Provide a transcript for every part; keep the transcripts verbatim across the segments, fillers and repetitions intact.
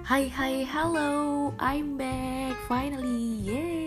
Hai hai hello, I'm back finally,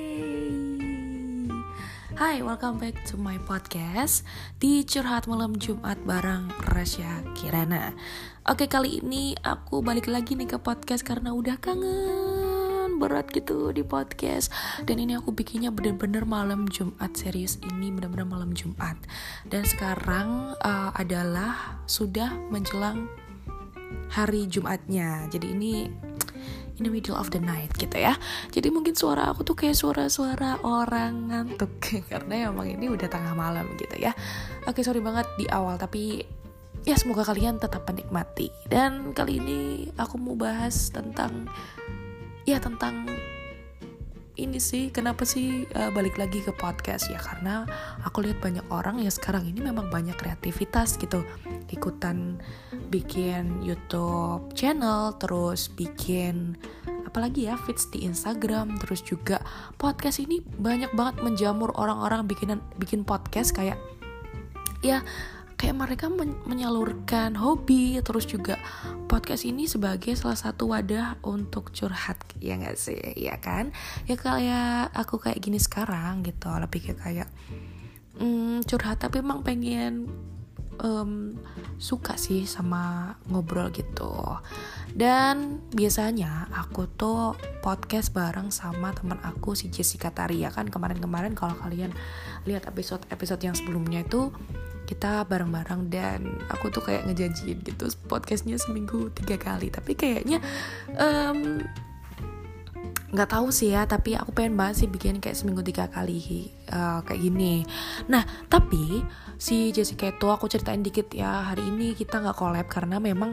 yay. Hai, welcome back to my podcast di Curhat Malam Jumat bareng Rasya Kirana. Oke, kali ini aku balik lagi nih ke podcast karena udah kangen berat gitu di podcast. Dan ini aku bikinnya bener-bener malam Jumat, serius ini bener-bener malam Jumat. Dan sekarang uh, adalah sudah menjelang hari Jumatnya. Jadi ini in the middle of the night gitu ya. Jadi mungkin suara aku tuh kayak suara-suara orang ngantuk karena emang ini udah tengah malam gitu ya. Oke, sorry banget di awal, tapi ya semoga kalian tetap menikmati. Dan kali ini aku mau bahas tentang ya tentang ini sih, kenapa sih uh, balik lagi ke podcast ya, karena aku lihat banyak orang ya sekarang ini memang banyak kreativitas gitu, ikutan bikin YouTube channel, terus bikin apalagi ya feeds di Instagram, terus juga podcast ini banyak banget menjamur orang-orang bikinan bikin podcast kayak ya kayak mereka men- menyalurkan hobi, terus juga podcast ini sebagai salah satu wadah untuk curhat, ya nggak sih, ya kan? Ya kayak aku kayak gini sekarang gitu, lebih kayak kayak hmm, curhat, tapi emang pengen um, suka sih sama ngobrol gitu. Dan biasanya aku tuh podcast bareng sama teman aku si Jessica Taria, kan kemarin-kemarin kalau kalian lihat episode-episode yang sebelumnya itu kita bareng-bareng, dan aku tuh kayak ngejanjiin gitu podcastnya seminggu tiga kali, tapi kayaknya um, nggak tahu sih ya, tapi aku pengen banget sih bikin kayak seminggu tiga kali uh, kayak gini. Nah, tapi si Jessica itu aku ceritain dikit ya, hari ini kita nggak collab karena memang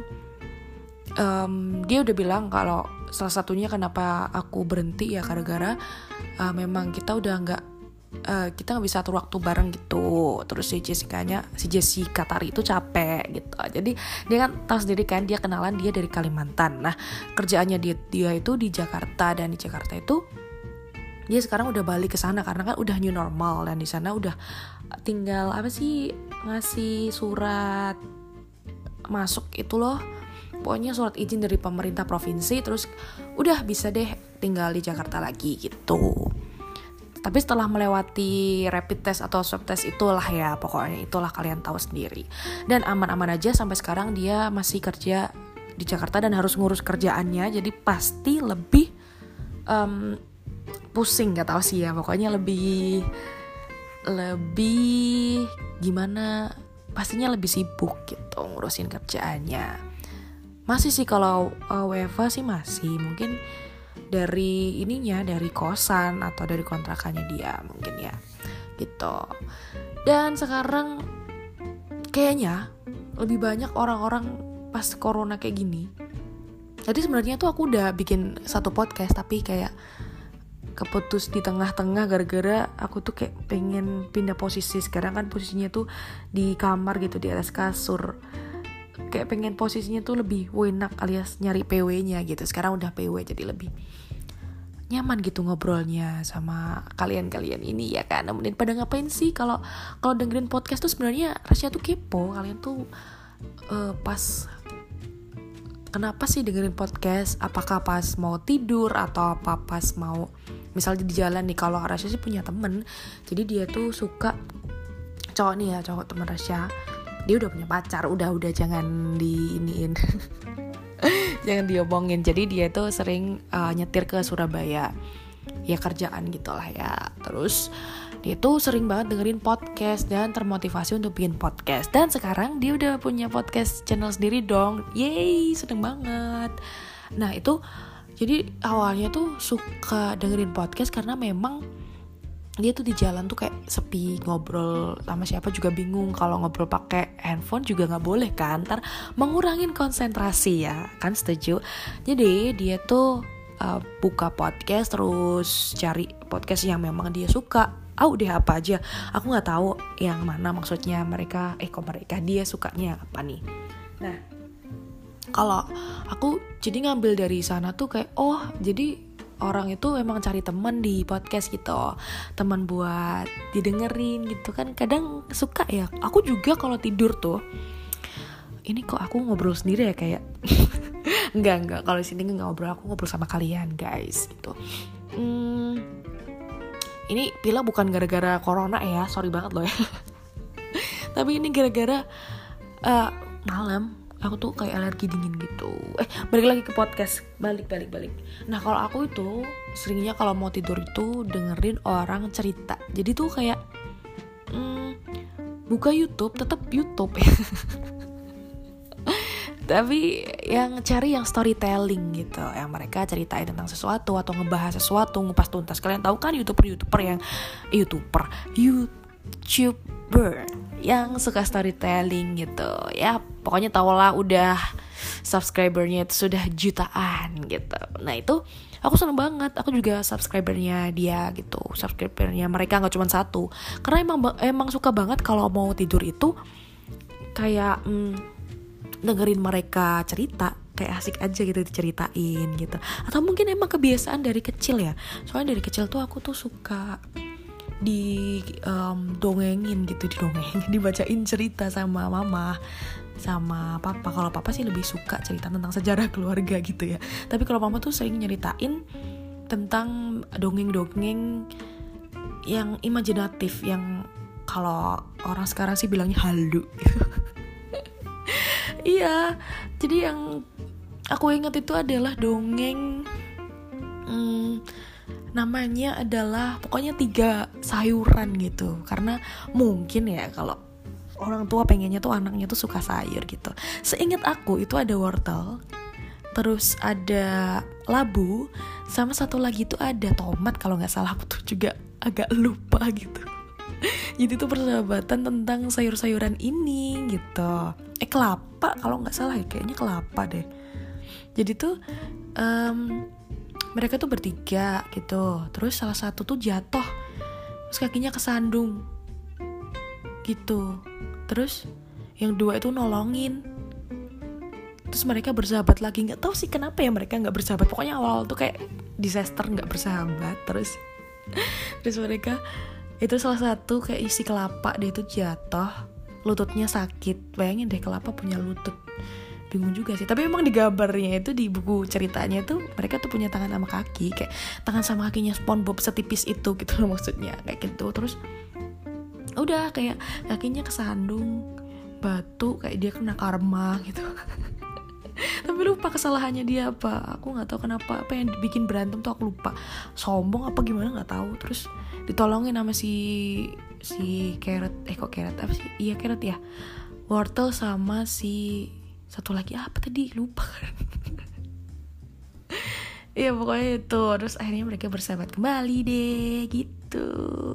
um, dia udah bilang kalau salah satunya kenapa aku berhenti ya gara-gara uh, memang kita udah nggak Uh, kita nggak bisa atur waktu bareng gitu. Terus si Jessica-nya, si Jessica Tari itu capek gitu. Jadi dia kan tahu sendiri kan, dia kenalan dia dari Kalimantan. Nah, kerjaannya dia dia itu di Jakarta, dan di Jakarta itu dia sekarang udah balik ke sana karena kan udah new normal, dan di sana udah tinggal apa sih, ngasih surat masuk itu loh. Pokoknya surat izin dari pemerintah provinsi, terus udah bisa deh tinggal di Jakarta lagi gitu. Tapi setelah melewati rapid test atau swab test itulah ya, pokoknya itulah, kalian tahu sendiri. Dan aman-aman aja sampai sekarang dia masih kerja di Jakarta dan harus ngurus kerjaannya, jadi pasti lebih um, pusing, gak tahu sih ya, pokoknya lebih lebih gimana, pastinya lebih sibuk gitu ngurusin kerjaannya. Masih sih kalau uh, W F H sih masih, mungkin dari ininya, dari kosan atau dari kontrakannya dia mungkin ya gitu. Dan sekarang kayaknya lebih banyak orang-orang pas corona kayak gini. Jadi sebenarnya tuh aku udah bikin satu podcast, tapi kayak keputus di tengah-tengah gara-gara aku tuh kayak pengen pindah posisi. Sekarang kan posisinya tuh di kamar gitu, di atas kasur, kayak pengen posisinya tuh lebih enak alias nyari P W-nya gitu. Sekarang udah P W jadi lebih nyaman gitu ngobrolnya sama kalian-kalian ini ya kan. Nemenin pada ngapain sih kalau kalau dengerin podcast tuh sebenarnya Rasya tuh kepo. Kalian tuh uh, pas kenapa sih dengerin podcast? Apakah pas mau tidur atau apa pas mau misalnya di jalan nih? Kalau Rasya sih punya temen, jadi dia tuh suka, cowok nih ya, cowok temen Rasya, dia udah punya pacar, udah udah jangan diiniin jangan diomongin. Jadi dia tuh sering uh, nyetir ke Surabaya, ya kerjaan gitulah ya. Terus dia tuh sering banget dengerin podcast dan termotivasi untuk bikin podcast. Dan sekarang dia udah punya podcast channel sendiri dong, yeay, seneng banget. Nah itu jadi awalnya tuh suka dengerin podcast karena memang dia tuh di jalan tuh kayak sepi, ngobrol sama siapa juga bingung. Kalau ngobrol pakai handphone juga nggak boleh kan, ntar mengurangin konsentrasi ya kan, setuju. Jadi dia tuh uh, buka podcast, terus cari podcast yang memang dia suka. Ah udah apa aja, aku nggak tahu yang mana maksudnya mereka. Eh kok mereka dia sukanya apa nih? Nah kalau aku jadi ngambil dari sana tuh kayak oh jadi orang itu emang cari teman di podcast gitu, teman buat didengerin gitu kan. Kadang suka ya, aku juga kalau tidur tuh, ini kok aku ngobrol sendiri ya kayak Enggak enggak, kalau di sini nggak ngobrol, aku ngobrol sama kalian guys gitu. Hmm, ini Pila bukan gara-gara corona ya, sorry banget loh ya. Tapi ini gara-gara uh, malam aku tuh kayak alergi dingin gitu. Eh, balik lagi ke podcast. Balik, balik, balik. Nah, kalau aku itu seringnya kalau mau tidur itu dengerin orang cerita. Jadi tuh kayak hmm, buka YouTube, tetap YouTube. Tapi yang cari yang storytelling gitu, yang mereka ceritain tentang sesuatu atau ngebahas sesuatu, ngupas tuntas. Kalian tahu kan YouTuber-YouTuber yang YouTuber, YouTuber yang suka storytelling gitu. Ya, pokoknya tahulah udah subscribernya itu sudah jutaan gitu. Nah, itu aku seneng banget. Aku juga subscribernya dia gitu. Subscribernya mereka nggak cuma satu. Karena emang emang suka banget kalau mau tidur itu kayak hmm, dengerin mereka cerita, kayak asik aja gitu diceritain gitu. Atau mungkin emang kebiasaan dari kecil ya. Soalnya dari kecil tuh aku tuh suka di um, dongengin gitu, didongengin, dibacain cerita sama mama, sama papa. Kalau papa sih lebih suka cerita tentang sejarah keluarga gitu ya. Tapi kalau mama tuh sering nyeritain tentang dongeng-dongeng yang imajinatif, yang kalau orang sekarang sih bilangnya halu gitu. Iya, jadi yang aku ingat itu adalah dongeng hmm, namanya adalah pokoknya tiga sayuran gitu. Karena mungkin ya kalau orang tua pengennya tuh anaknya tuh suka sayur gitu. Seingat aku itu ada wortel, terus ada labu, sama satu lagi tuh ada tomat kalau nggak salah. Aku tuh juga agak lupa gitu. Jadi tuh persahabatan tentang sayur-sayuran ini gitu. Eh kelapa kalau nggak salah ya, kayaknya kelapa deh. Jadi tuh um, mereka tuh bertiga gitu. Terus salah satu tuh jatuh, terus kakinya kesandung gitu. Terus yang dua itu nolongin. Terus mereka bersahabat lagi. Nggak tahu sih kenapa ya mereka nggak bersahabat. Pokoknya awal tuh kayak disaster, nggak bersahabat. Terus terus mereka itu salah satu kayak isi kelapa, dia itu jatuh, lututnya sakit. Bayangin deh, kelapa punya lutut. Bingung juga sih. Tapi memang di gambarnya itu, di buku ceritanya itu mereka tuh punya tangan sama kaki, kayak tangan sama kakinya SpongeBob setipis itu gitu loh maksudnya, kayak gitu. Terus udah kayak kakinya kesandung batu, kayak dia kena karma gitu. Tapi lupa kesalahannya dia apa. Aku nggak tahu kenapa, apa yang bikin berantem tuh aku lupa. Sombong apa gimana nggak tahu. Terus ditolongin sama si si carrot, eh kok carrot apa sih? Iya carrot ya. Wortel sama si satu lagi apa tadi? Lupa kan. Iya pokoknya itu. Terus akhirnya mereka bersahabat kembali deh gitu.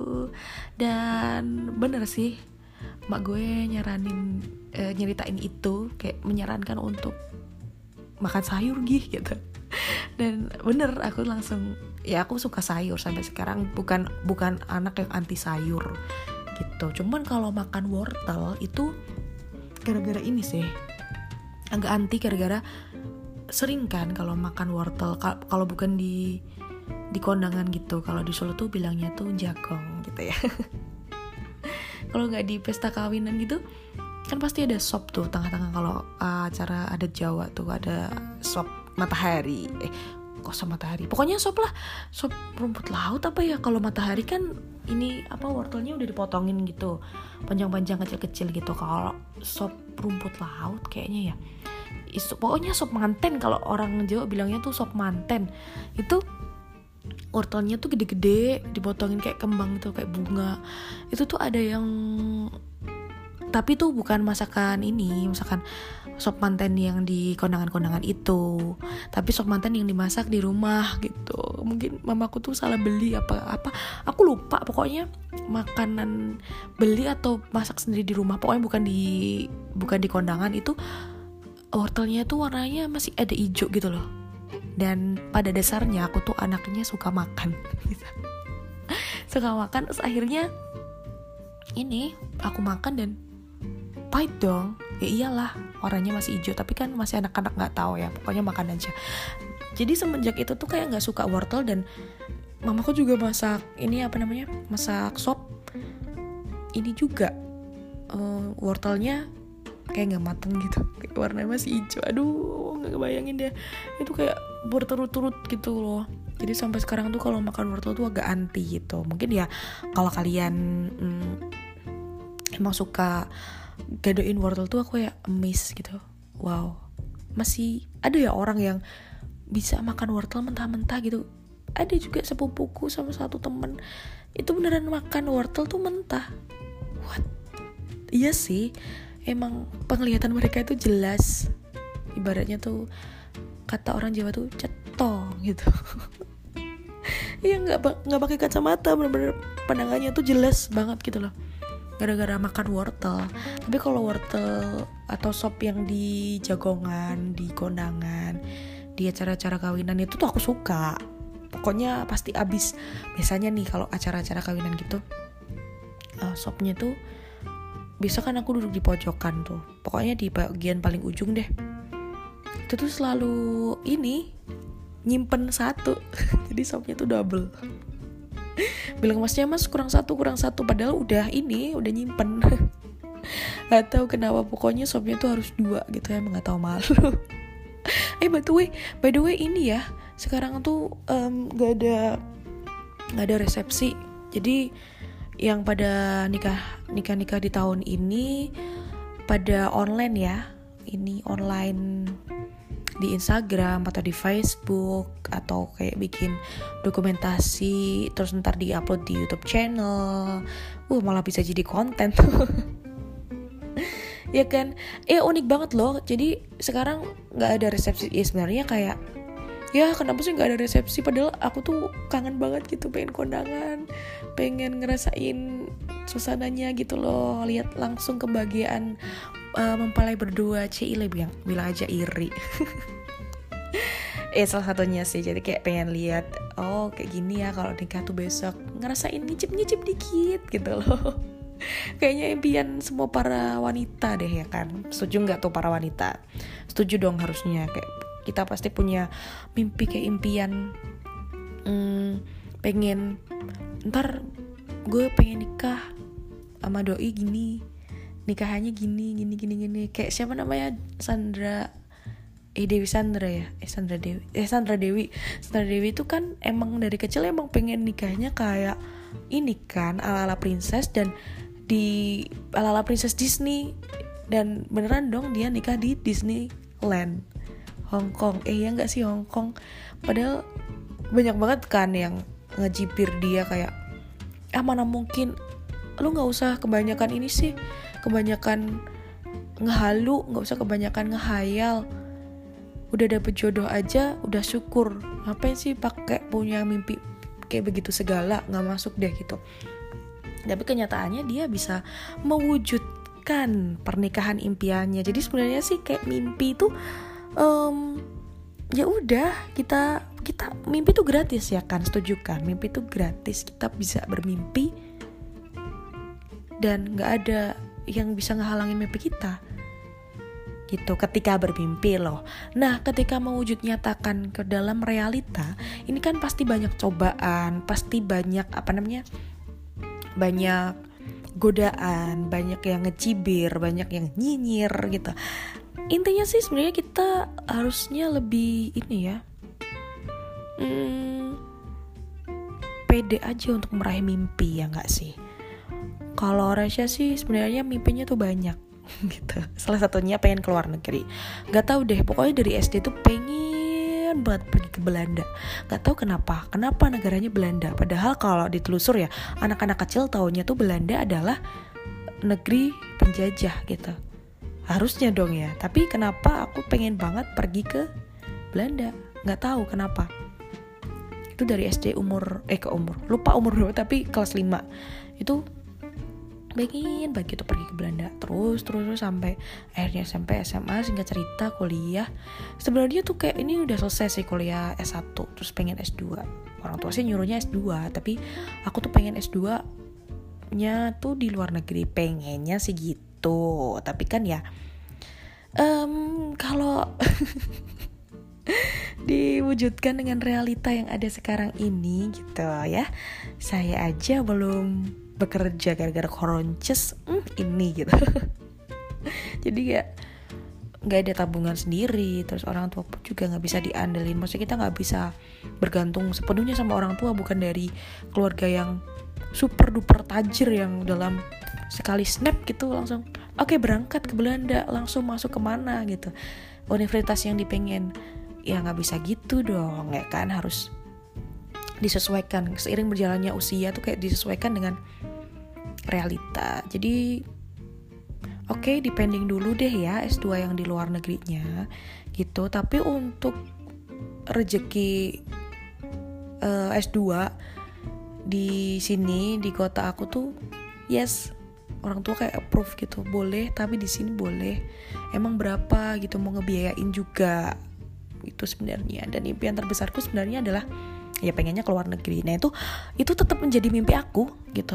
Dan bener sih, mak gue nyaranin eh, nyeritain itu, kayak menyarankan untuk makan sayur gitu. Dan bener, aku langsung, ya aku suka sayur sampai sekarang. Bukan bukan anak yang anti sayur gitu. Cuman kalau makan wortel itu gara-gara ini sih, agak anti gara-gara sering kan kalau makan wortel, kalau bukan di di kondangan gitu, kalau di Solo tuh bilangnya tuh jagong gitu ya. Kalau nggak di pesta kawinan gitu kan pasti ada sop tuh tengah-tengah. Kalau uh, acara adat Jawa tuh ada sop matahari, eh kok sop matahari, pokoknya sop lah, sop rumput laut apa ya. Kalau matahari kan ini apa, wortelnya udah dipotongin gitu panjang-panjang kecil-kecil gitu. Kalau sop rumput laut kayaknya ya Isu, pokoknya sop manten. Kalau orang Jawa bilangnya tuh sop manten. Itu wortelnya tuh gede-gede, dipotongin kayak kembang gitu, kayak bunga. Itu tuh ada yang, tapi tuh bukan masakan ini, masakan sop manten yang di kondangan-kondangan itu, tapi sop manten yang dimasak di rumah gitu. Mungkin mamaku tuh salah beli apa apa, aku lupa. Pokoknya makanan beli atau masak sendiri di rumah, pokoknya bukan di bukan di kondangan. Itu wortelnya tuh warnanya masih ada hijau gitu loh. Dan pada dasarnya aku tuh anaknya suka makan gitu. Suka makan, terus akhirnya ini aku makan dan pahit dong. Ya iyalah, warnanya masih hijau, tapi kan masih anak-anak nggak tahu ya, pokoknya makan aja. Jadi semenjak itu tuh kayak nggak suka wortel. Dan mamaku juga masak ini apa namanya, masak sop ini juga uh, wortelnya kayak nggak mateng gitu, kayak warnanya masih hijau. Aduh, nggak kebayangin deh, itu kayak berturut-turut gitu loh. Jadi sampai sekarang tuh kalau makan wortel tuh agak anti gitu. Mungkin ya kalau kalian hmm, emang suka gadoin wortel tuh, aku ya amazed gitu. Wow, masih ada ya orang yang bisa makan wortel mentah-mentah gitu. Ada juga sepupuku sama satu temen itu beneran makan wortel tuh mentah. What? Iya sih, emang penglihatan mereka itu jelas. Ibaratnya tuh kata orang Jawa tuh cetong gitu. Iya, nggak nggak pakai kacamata, bener-bener pandangannya tuh jelas banget gitu loh, gara-gara makan wortel. Tapi kalau wortel atau sop yang di jagongan, di kondangan, di acara-acara kawinan itu tuh aku suka. Pokoknya pasti abis. Biasanya nih kalau acara-acara kawinan gitu, uh, sopnya tuh biasa kan aku duduk di pojokan tuh, pokoknya di bagian paling ujung deh. Itu tuh selalu ini nyimpen satu. Jadi sopnya tuh double. Bilang masnya, mas kurang satu kurang satu padahal udah ini udah nyimpen. Gak tahu kenapa, pokoknya sopnya tuh harus dua gitu ya, emang gak tahu malu. eh by the way by the way ini ya, sekarang tuh um, gak ada gak ada resepsi. Jadi yang pada nikah nikah nikah di tahun ini pada online ya, ini online di Instagram atau di Facebook, atau kayak bikin dokumentasi terus ntar di-upload di YouTube channel. Uh, malah bisa jadi konten. Ya kan? Eh unik banget loh. Jadi sekarang nggak ada resepsi. Ya sebenarnya kayak, ya kenapa sih nggak ada resepsi? Padahal aku tuh kangen banget gitu, pengen kondangan, pengen ngerasain suasananya gitu loh, lihat langsung kebahagiaan uh, mempelai berdua. Cile bilang bilang aja iri. Eh salah satunya sih, jadi kayak pengen lihat, oh kayak gini ya kalau nikah tuh besok, ngerasain nyicip-nyicip dikit gitu loh. Kayaknya impian semua para wanita deh ya kan. Setuju nggak tuh para wanita? Setuju dong harusnya. Kayak kita pasti punya mimpi, kayak impian, hmm, pengen ntar gue pengen nikah sama doi gini, nikahannya gini gini gini gini. Kayak siapa namanya, Sandra eh Dewi Sandra ya eh Sandra Dewi eh Sandra Dewi Sandra Dewi itu kan emang dari kecil emang pengen nikahnya kayak ini kan, ala-ala princess, dan di ala-ala princess Disney. Dan beneran dong dia nikah di Disneyland Hong Kong. Eh ya nggak sih Hong Kong? Padahal banyak banget kan yang ngejibir dia kayak, ah mana mungkin, lu nggak usah kebanyakan ini sih, kebanyakan ngehalu, nggak usah kebanyakan ngehayal. Udah dapet jodoh aja udah syukur, ngapain sih pakai punya mimpi kayak begitu segala, nggak masuk deh gitu. Tapi kenyataannya dia bisa mewujudkan pernikahan impiannya. Jadi sebenarnya sih kayak mimpi itu um, ya udah, kita kita mimpi itu gratis ya kan, setuju kan? Mimpi itu gratis, kita bisa bermimpi dan nggak ada yang bisa ngehalangin mimpi kita gitu ketika bermimpi loh. Nah ketika mewujud nyatakan ke dalam realita, ini kan pasti banyak cobaan, pasti banyak apa namanya, banyak godaan, banyak yang ngecibir, banyak yang nyinyir gitu. Intinya sih sebenarnya kita harusnya lebih ini ya, hmm, pede aja untuk meraih mimpi, ya nggak sih? Kalau Rasya sih sebenarnya mimpinya tuh banyak gitu. Salah satunya pengen keluar negeri. Gak tahu deh, pokoknya dari S D tuh pengen banget pergi ke Belanda. Gak tahu kenapa, kenapa negaranya Belanda. Padahal kalau ditelusur ya, anak-anak kecil taunya tuh Belanda adalah negeri penjajah gitu. Harusnya dong ya. Tapi kenapa aku pengen banget pergi ke Belanda? Gak tahu kenapa. Itu dari S D umur eh ke umur lupa umur berapa, tapi kelas lima itu pengen banget gitu pergi ke Belanda. Terus terus terus sampai akhirnya sampai S M A, singkat cerita kuliah. Sebenarnya tuh kayak ini udah selesai sih kuliah S satu, terus pengen S dua. Orang tua sih nyuruhnya S dua, tapi aku tuh pengen S dua nya tuh di luar negeri, pengennya sih gitu. Tapi kan ya um, kalau diwujudkan dengan realita yang ada sekarang ini gitu ya, saya aja belum bekerja gara-gara koronces hmm, ini gitu. Jadi kayak nggak ada tabungan sendiri, terus orang tua pun juga nggak bisa diandelin. Maksudnya kita nggak bisa bergantung sepenuhnya sama orang tua, bukan dari keluarga yang super duper tajir yang dalam sekali snap gitu langsung oke okay, berangkat ke Belanda, langsung masuk kemana gitu, universitas yang dipengen. Ya nggak bisa gitu dong, ya kan, harus disesuaikan seiring berjalannya usia tuh, kayak disesuaikan dengan realita. Jadi oke okay, dipending dulu deh ya S dua yang di luar negerinya gitu. Tapi untuk rezeki uh, S dua di sini di kota aku tuh yes, orang tua kayak approve gitu, boleh, tapi di sini boleh. Emang berapa gitu, mau ngebiayain juga itu sebenarnya. Dan impian terbesarku sebenarnya adalah ya pengennya ke luar negeri. Nah itu itu tetap menjadi mimpi aku gitu.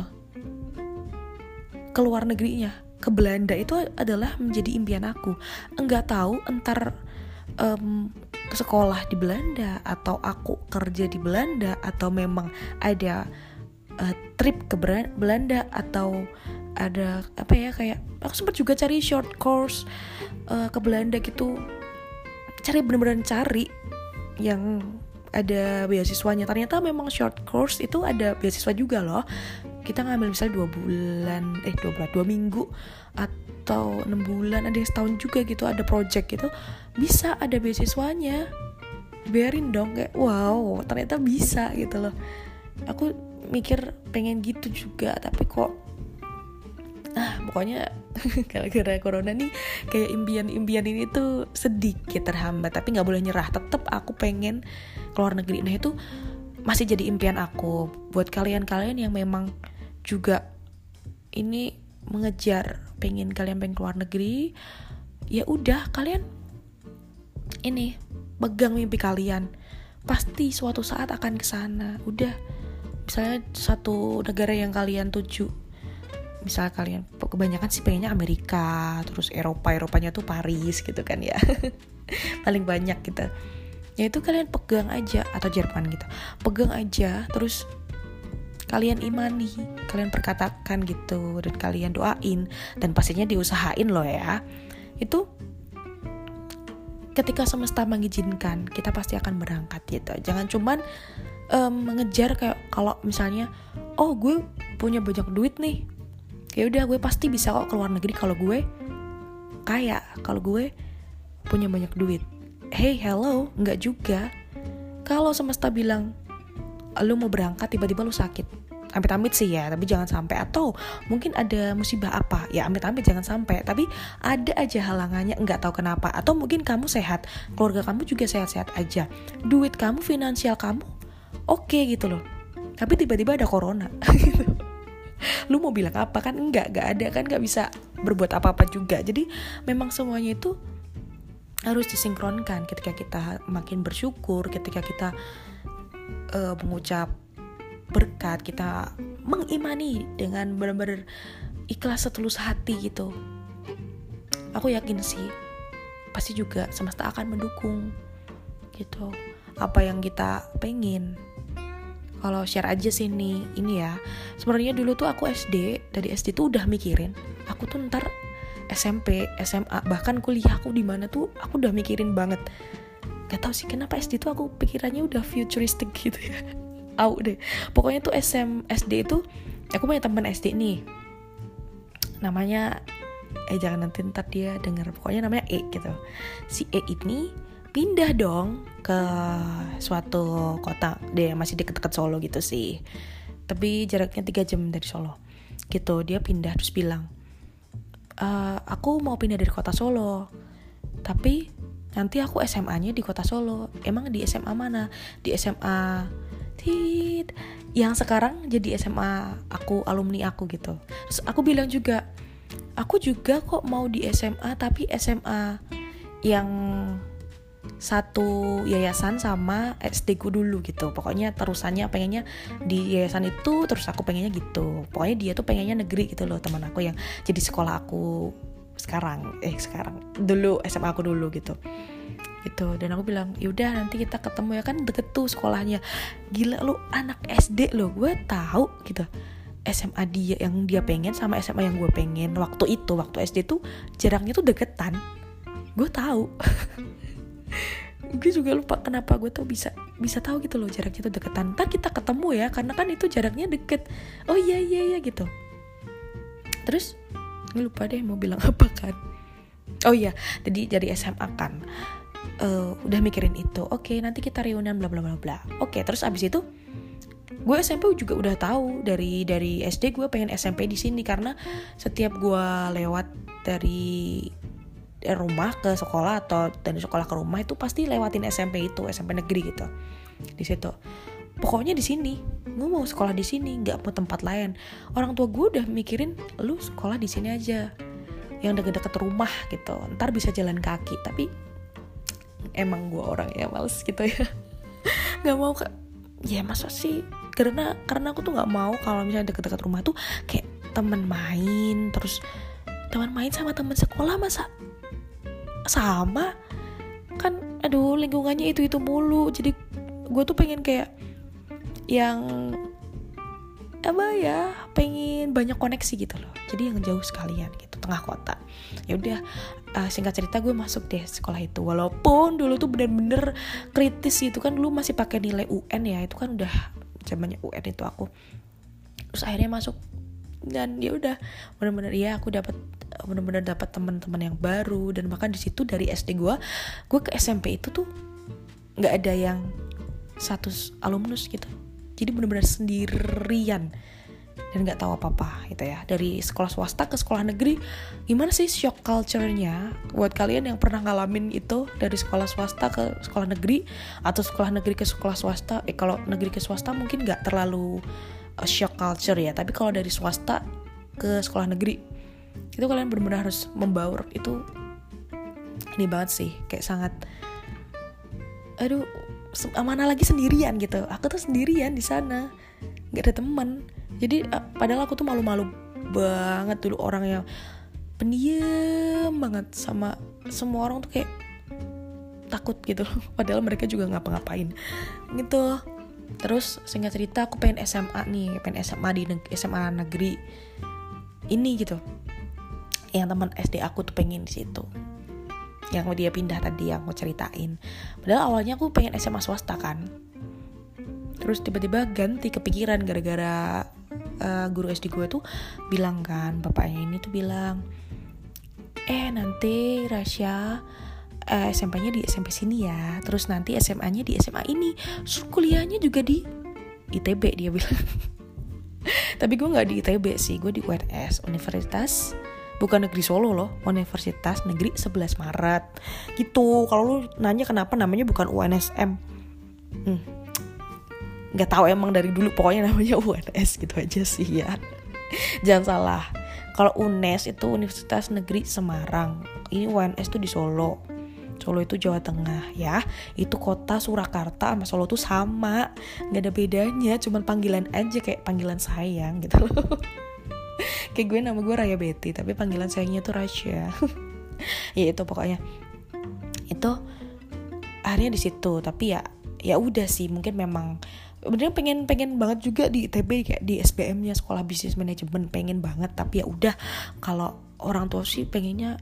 Ke luar negerinya, ke Belanda itu adalah menjadi impian aku. Enggak tahu entar um, ke sekolah di Belanda atau aku kerja di Belanda atau memang ada uh, trip ke Belanda atau ada apa ya, kayak aku sempat juga cari short course uh, ke Belanda gitu, cari bener-bener cari yang ada beasiswanya. Ternyata memang short course itu ada beasiswa juga loh. Kita ngambil misalnya dua bulan, eh dua bulan, dua minggu atau enam bulan, ada yang setahun juga gitu, ada project gitu, bisa ada beasiswanya. Biarin dong, kayak wow, ternyata bisa gitu loh. Aku mikir pengen gitu juga, tapi kok ah pokoknya gara-gara corona nih kayak impian-impian ini tuh sedikit terhambat. Tapi nggak boleh nyerah, tetap aku pengen keluar negeri. Nah itu masih jadi impian aku. Buat kalian-kalian yang memang juga ini mengejar pengen kalian pengen keluar negeri, ya udah kalian ini pegang mimpi kalian, pasti suatu saat akan kesana. Udah, misalnya satu negara yang kalian tuju, misal kalian kebanyakan sih pengennya Amerika, terus Eropa, Eropanya tuh Paris gitu kan ya. Paling banyak gitu. Ya itu kalian pegang aja, atau Jerman gitu. Pegang aja, terus kalian imani, kalian perkatakan gitu, dan kalian doain, dan pastinya diusahain loh ya. Itu ketika semesta mengizinkan, kita pasti akan berangkat gitu. Jangan cuman um, mengejar kayak kalau misalnya, oh gue punya banyak duit nih, ya udah gue pasti bisa kok keluar negeri kalau gue kaya, kalau gue punya banyak duit. Hey, hello, enggak juga. Kalau semesta bilang lu mau berangkat, tiba-tiba lu sakit, amit-amit sih ya, tapi jangan sampai. Atau mungkin ada musibah apa, ya amit-amit jangan sampai. Tapi ada aja halangannya, enggak tahu kenapa. Atau mungkin kamu sehat, keluarga kamu juga sehat-sehat aja, duit kamu, finansial kamu oke okay gitu loh, tapi tiba-tiba ada corona gitu. Lu mau bilang apa kan? Enggak, enggak ada kan, enggak bisa berbuat apa-apa juga. Jadi memang semuanya itu harus disinkronkan. Ketika kita makin bersyukur, ketika kita uh, mengucap berkat, kita mengimani dengan benar-benar ikhlas setulus hati gitu, aku yakin sih pasti juga semesta akan mendukung gitu apa yang kita pengen. Kalau share aja sih nih, ini ya, sebenarnya dulu tuh aku S D, dari S D tuh udah mikirin, aku tuh ntar S M P, S M A, bahkan kuliah aku di mana tuh aku udah mikirin banget. Gak tau sih kenapa S D tuh aku pikirannya udah futuristic gitu ya. Au deh. Pokoknya tuh S M S D itu, aku punya teman S D nih, namanya, eh jangan nanti ntar dia denger, pokoknya namanya E gitu. Si E ini pindah dong ke suatu kota, dia masih deket-deket Solo gitu sih, tapi jaraknya tiga jam dari Solo gitu. Dia pindah terus bilang, e, aku mau pindah dari kota Solo, tapi nanti aku S M A-nya di kota Solo. Emang di S M A mana? Di S M A tit yang sekarang jadi S M A aku, alumni aku gitu. Terus aku bilang juga, aku juga kok mau di S M A, tapi S M A yang satu yayasan sama S D ku dulu gitu. Pokoknya terusannya pengennya di yayasan itu, terus aku pengennya gitu. Pokoknya dia tuh pengennya negeri gitu loh, teman aku yang jadi sekolah aku sekarang, eh sekarang dulu S M A aku dulu gitu. Gitu. Dan aku bilang, yaudah nanti kita ketemu ya, kan deket tuh sekolahnya. Gila lu, anak S D lo, gue tahu gitu. S M A dia yang dia pengen sama S M A yang gue pengen waktu itu, waktu S D tuh jaraknya tuh deketan. Gue tahu. Gue juga lupa kenapa gue tuh bisa bisa tahu gitu loh jaraknya tuh deketan. Ntar kita ketemu ya, karena kan itu jaraknya deket. Oh iya iya iya gitu. Terus gue lupa deh mau bilang apa kan. Oh iya, jadi dari S M A kan uh, udah mikirin itu. Oke, nanti kita reunian bla bla bla bla. Oke, terus abis itu gue S M P juga udah tahu dari dari S D gue pengen S M P di sini, karena setiap gue lewat dari rumah ke sekolah atau dari sekolah ke rumah itu pasti lewatin S M P itu, S M P negeri gitu. Di situ. Pokoknya di sini. Gue mau sekolah di sini, enggak mau tempat lain. Orang tua gue udah mikirin lu sekolah di sini aja. Yang deket-deket rumah gitu. Ntar bisa jalan kaki, tapi emang gue orang yang males gitu ya. Enggak mau ke ya masa sih? Karena karena aku tuh enggak mau kalau misalnya deket-deket rumah tuh kayak teman main, terus teman main sama teman sekolah masa sama kan, aduh lingkungannya itu-itu mulu. Jadi gue tuh pengen kayak yang apa ya, pengen banyak koneksi gitu loh. Jadi yang jauh sekalian gitu, tengah kota. Ya udah, uh, singkat cerita gue masuk deh sekolah itu. Walaupun dulu tuh bener-bener kritis gitu kan, dulu masih pakai nilai U N ya, itu kan udah zamannya U N itu aku. Terus akhirnya masuk dan ya udah bener-bener ya aku dapat bener-bener dapat teman-teman yang baru. Dan bahkan di situ dari S D gue gue ke S M P itu tuh nggak ada yang status alumnus gitu, jadi bener-bener sendirian dan nggak tahu apa-apa gitu ya. Dari sekolah swasta ke sekolah negeri, gimana sih shock culture-nya buat kalian yang pernah ngalamin itu, dari sekolah swasta ke sekolah negeri atau sekolah negeri ke sekolah swasta. Eh kalau negeri ke swasta mungkin nggak terlalu uh, shock culture ya, tapi kalau dari swasta ke sekolah negeri itu kalian benar-benar harus membaur. Itu ini banget sih, kayak sangat aduh, mana lagi sendirian gitu. Aku tuh sendirian di sana, nggak ada teman. Jadi padahal aku tuh malu-malu banget dulu, orang yang pendiam banget, sama semua orang tuh kayak takut gitu. Padahal mereka juga ngapa-ngapain gitu. Terus singkat cerita aku pengen S M A nih, pengen S M A di neg- S M A negeri ini gitu. Yang teman S D aku tuh pengen di situ, yang mau dia pindah tadi yang mau ceritain. Padahal awalnya aku pengen S M A swasta kan. Terus tiba-tiba ganti kepikiran gara-gara uh, guru S D gue tuh bilang kan, bapaknya ini tuh bilang, eh nanti Rasya uh, S M P-nya di S M P sini ya, terus nanti S M A-nya di S M A ini, terus kuliahnya juga di I T B dia bilang. Tapi gue nggak di I T B sih, gue di U N S, Universitas bukan negeri Solo loh, Universitas Negeri sebelas Maret gitu. Kalau lu nanya kenapa namanya bukan U N S M, hmm, nggak tahu emang dari dulu, pokoknya namanya U N S gitu aja sih ya. Jangan salah, kalau U N E S itu Universitas Negeri Semarang, ini U N S tuh di Solo. Solo itu Jawa Tengah ya. Itu kota Surakarta sama Solo tuh sama, nggak ada bedanya, cuman panggilan aja, kayak panggilan sayang gitu loh. Kayak gue, nama gue Raya Betty, tapi panggilan sayangnya tuh Rasya. Ya itu pokoknya. Itu akhirnya di situ. Tapi ya ya udah sih, mungkin memang bener pengen pengen banget juga di I T B, kayak di S B M-nya Sekolah Bisnis Manajemen, pengen banget. Tapi ya udah, kalau orang tua sih pengennya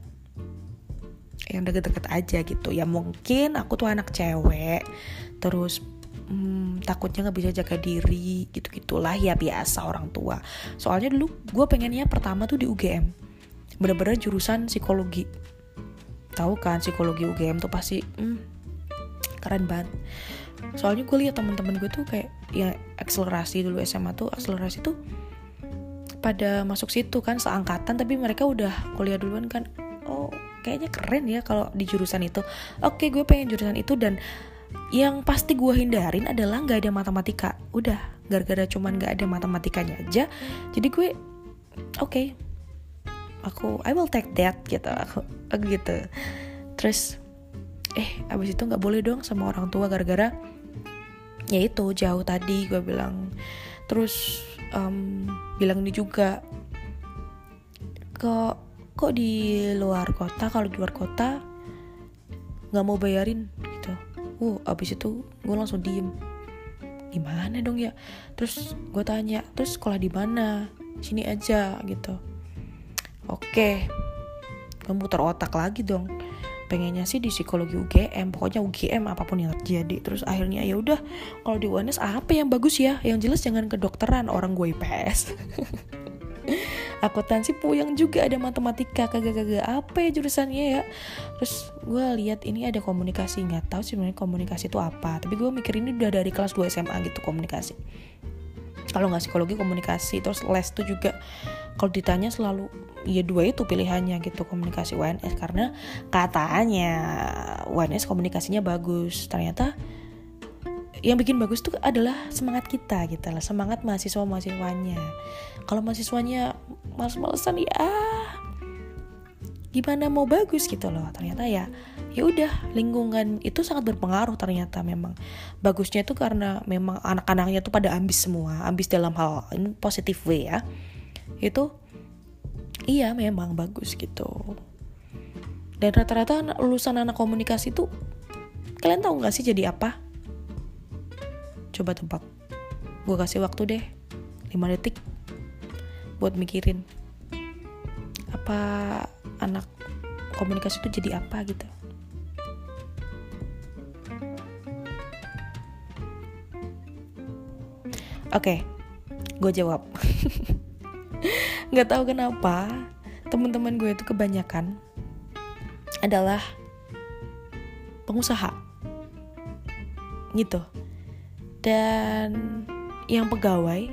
yang deket-deket aja gitu. Ya mungkin aku tuh anak cewek, terus Hmm, takutnya gak bisa jaga diri gitu-gitulah ya, biasa orang tua. Soalnya dulu gue pengennya pertama tuh di U G M, bener-bener jurusan psikologi. Tahu kan psikologi U G M tuh pasti hmm, keren banget. Soalnya gue lihat teman-teman gue tuh kayak ya akselerasi dulu S M A tuh, akselerasi tuh pada masuk situ kan, seangkatan tapi mereka udah kuliah duluan kan. Oh kayaknya keren ya kalau di jurusan itu. Oke, gue pengen jurusan itu. Dan yang pasti gue hindarin adalah gak ada matematika. Udah, gara-gara cuman gak ada matematikanya aja, jadi gue oke, okay, aku I will take that gitu, aku, aku gitu. Terus eh abis itu gak boleh dong sama orang tua, gara-gara ya itu jauh tadi gue bilang. Terus um, bilang ini juga, kok kok di luar kota, kalau di luar kota gak mau bayarin gitu. Uh, abis itu gue langsung diem. gimana dong ya. Terus gue tanya, terus sekolah di mana? Sini aja gitu. Oke, gue muter otak lagi dong. Pengennya sih di psikologi U G M, pokoknya U G M apapun yang terjadi. Terus akhirnya ya udah, kalau di U N S apa yang bagus ya? Yang jelas jangan kedokteran, orang gue I P S. Akuntansi puyeng juga, ada matematika, kagak-kagak apa ya jurusannya ya. Terus gue lihat ini ada komunikasi, nggak tahu sih sebenarnya komunikasi itu apa. Tapi gue mikir ini udah dari kelas dua S M A gitu komunikasi. Kalau nggak psikologi komunikasi. Terus les tuh juga kalau ditanya selalu ya dua itu pilihannya gitu, komunikasi U N S, karena katanya U N S komunikasinya bagus. Ternyata yang bikin bagus tuh adalah semangat kita gitu lah, semangat mahasiswa-mahasiswanya. Kalau mahasiswanya males-malesan ya gimana mau bagus gitu loh. Ternyata ya ya udah, lingkungan itu sangat berpengaruh. Ternyata memang bagusnya tuh karena memang anak-anaknya tuh pada ambis semua, ambis dalam hal ini positif way ya. Itu iya memang bagus gitu. Dan rata-rata lulusan anak komunikasi tuh, kalian tahu nggak sih jadi apa? Coba tebak. Gue kasih waktu deh lima detik buat mikirin apa anak komunikasi itu jadi apa gitu. Oke, gue jawab. Nggak tahu kenapa teman-teman gue itu kebanyakan adalah pengusaha gitu. Dan yang pegawai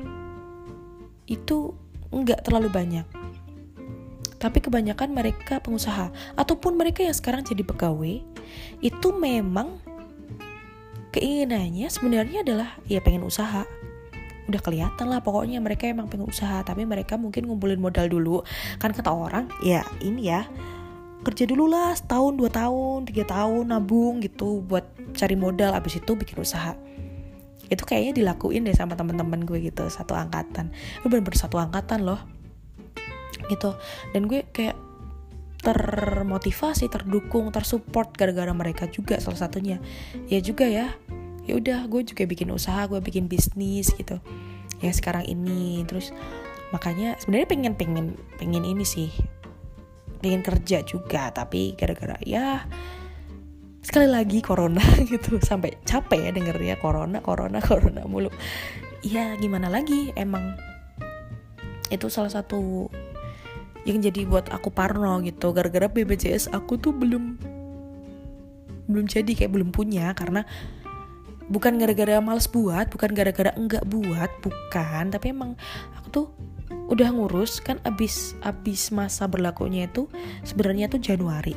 itu enggak terlalu banyak. Tapi kebanyakan mereka pengusaha. Ataupun mereka yang sekarang jadi pegawai, itu memang keinginannya sebenarnya adalah ya pengen usaha. Udah kelihatan lah pokoknya mereka emang pengen usaha. Tapi mereka mungkin ngumpulin modal dulu. Kan kata orang, ya ini ya, kerja dulu lah setahun, dua tahun, tiga tahun, nabung gitu buat cari modal, abis itu bikin usaha. Itu kayaknya dilakuin deh sama teman-teman gue gitu, satu angkatan. Gue bener-bener satu angkatan loh gitu. Dan gue kayak termotivasi, terdukung, tersupport gara-gara mereka juga salah satunya. Ya juga ya, ya udah gue juga bikin usaha, gue bikin bisnis gitu ya sekarang ini. Terus makanya sebenarnya pengen pengen pengen ini sih, pengen kerja juga, tapi gara-gara ya sekali lagi corona gitu, sampai capek ya dengernya corona corona corona mulu. Ya gimana lagi, emang itu salah satu yang jadi buat aku parno gitu. Gara-gara B P J S aku tuh belum belum jadi, kayak belum punya, karena bukan gara-gara males buat, bukan gara-gara enggak buat, bukan, tapi emang aku tuh udah ngurus kan. abis abis masa berlakunya itu sebenarnya tuh Januari.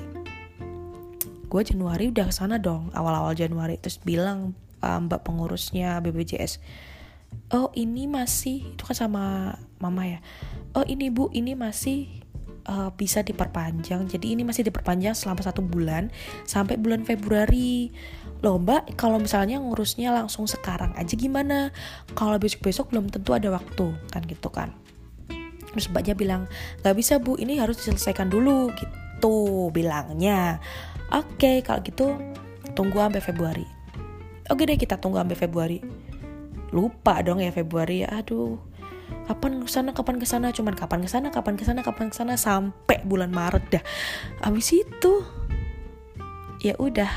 Gue Januari udah kesana dong, awal-awal Januari. Terus bilang uh, mbak pengurusnya B P J S, oh ini masih, itu kan sama mama ya, oh ini bu, ini masih uh, bisa diperpanjang. Jadi ini masih diperpanjang selama satu bulan sampai bulan Februari. Loh mbak, kalau misalnya ngurusnya langsung sekarang aja gimana? Kalau besok-besok belum tentu ada waktu, kan gitu kan. Terus mbaknya bilang, gak bisa bu, ini harus diselesaikan dulu gitu bilangnya. Oke, kalau gitu tunggu sampai Februari. Oke deh, kita tunggu sampai Februari. Lupa dong ya Februari ya. Aduh, kapan kesana, kapan kesana, cuman kapan kesana, kapan kesana, kapan kesana, sampai bulan Maret dah. Abis itu, ya udah,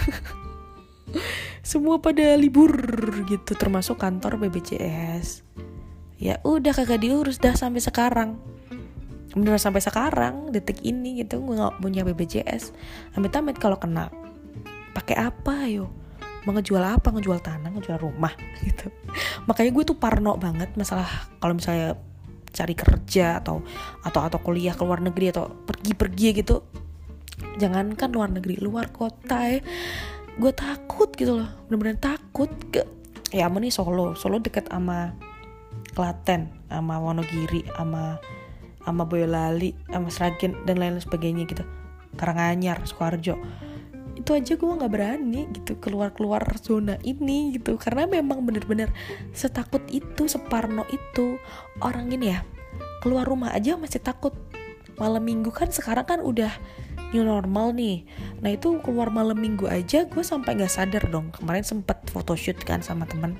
semua pada libur gitu, termasuk kantor B P J S. Ya udah kagak diurus dah sampai sekarang. Beneran sampai sekarang, detik ini gitu, gue gak punya B P J S. Amit-amit kalau kena, pakai apa yo? Mau ngejual apa? Ngejual tanah, ngejual rumah gitu. Makanya gue tuh parno banget masalah kalau misalnya cari kerja atau atau atau kuliah ke luar negeri atau pergi-pergi gitu. Jangankan luar negeri, luar kota ya. Gue takut gitu loh, bener-bener takut. Ke ya sama nih Solo, Solo deket sama Klaten, sama Wonogiri, sama sama Boyolali, sama Sragen dan lain-lain sebagainya gitu, Karanganyar, Sukoharjo. Itu aja gue nggak berani gitu keluar-keluar zona ini gitu, karena memang bener-bener setakut itu, separno itu. Orang gini ya, keluar rumah aja masih takut. Malam minggu kan sekarang kan udah new normal nih. Nah itu keluar malam minggu aja gue sampai nggak sadar dong. Kemarin sempet photoshoot kan sama teman,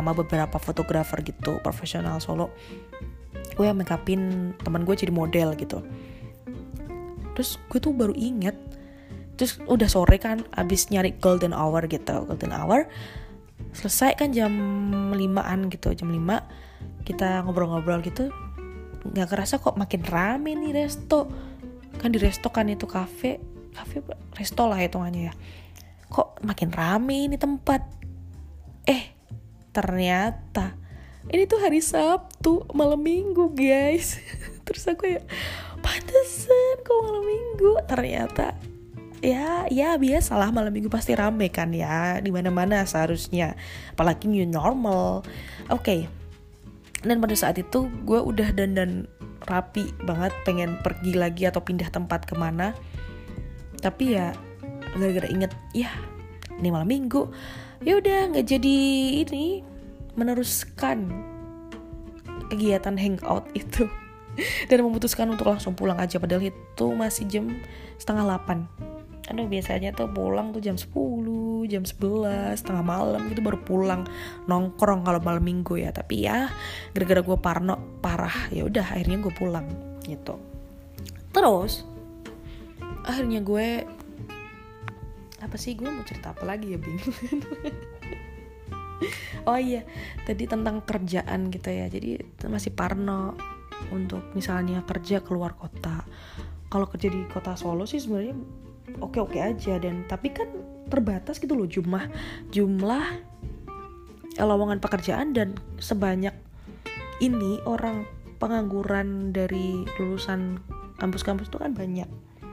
sama beberapa fotografer gitu profesional solo. Gue yang make upin teman gue jadi model gitu. Terus gue tuh baru inget, terus udah sore kan, abis nyari golden hour gitu. Golden hour selesai kan jam limaan gitu, jam lima kita ngobrol-ngobrol gitu. Gak kerasa kok makin rame nih resto. Kan di resto kan itu cafe, cafe resto lah hitungannya ya. Kok makin rame ini tempat. Eh ternyata ini tuh hari Sabtu malam minggu guys. Terus aku ya pantesan kok malam minggu. Ternyata ya ya biasalah malam minggu pasti rame kan ya, di mana-mana seharusnya, apalagi new normal. Oke okay. Dan pada saat itu gue udah dandan rapi banget, pengen pergi lagi atau pindah tempat kemana, tapi ya gara-gara inget ya ini malam minggu, ya udah nggak jadi ini meneruskan kegiatan hangout itu dan memutuskan untuk langsung pulang aja, padahal itu masih jam setengah delapan. Aduh biasanya tuh pulang tuh jam sepuluh, jam sebelas, setengah malam gitu baru pulang nongkrong kalau malam minggu ya. Tapi ya gara-gara gue parno parah, ya udah akhirnya gue pulang gitu. Terus akhirnya gue apa sih gue mau cerita apa lagi ya bingung. Oh iya, tadi tentang kerjaan gitu ya. Jadi masih parno untuk misalnya kerja keluar kota. Kalau kerja di kota Solo sih sebenarnya oke-oke aja, dan tapi kan terbatas gitu loh jumlah jumlah lowongan pekerjaan, dan sebanyak ini orang pengangguran dari lulusan kampus-kampus itu kan banyak.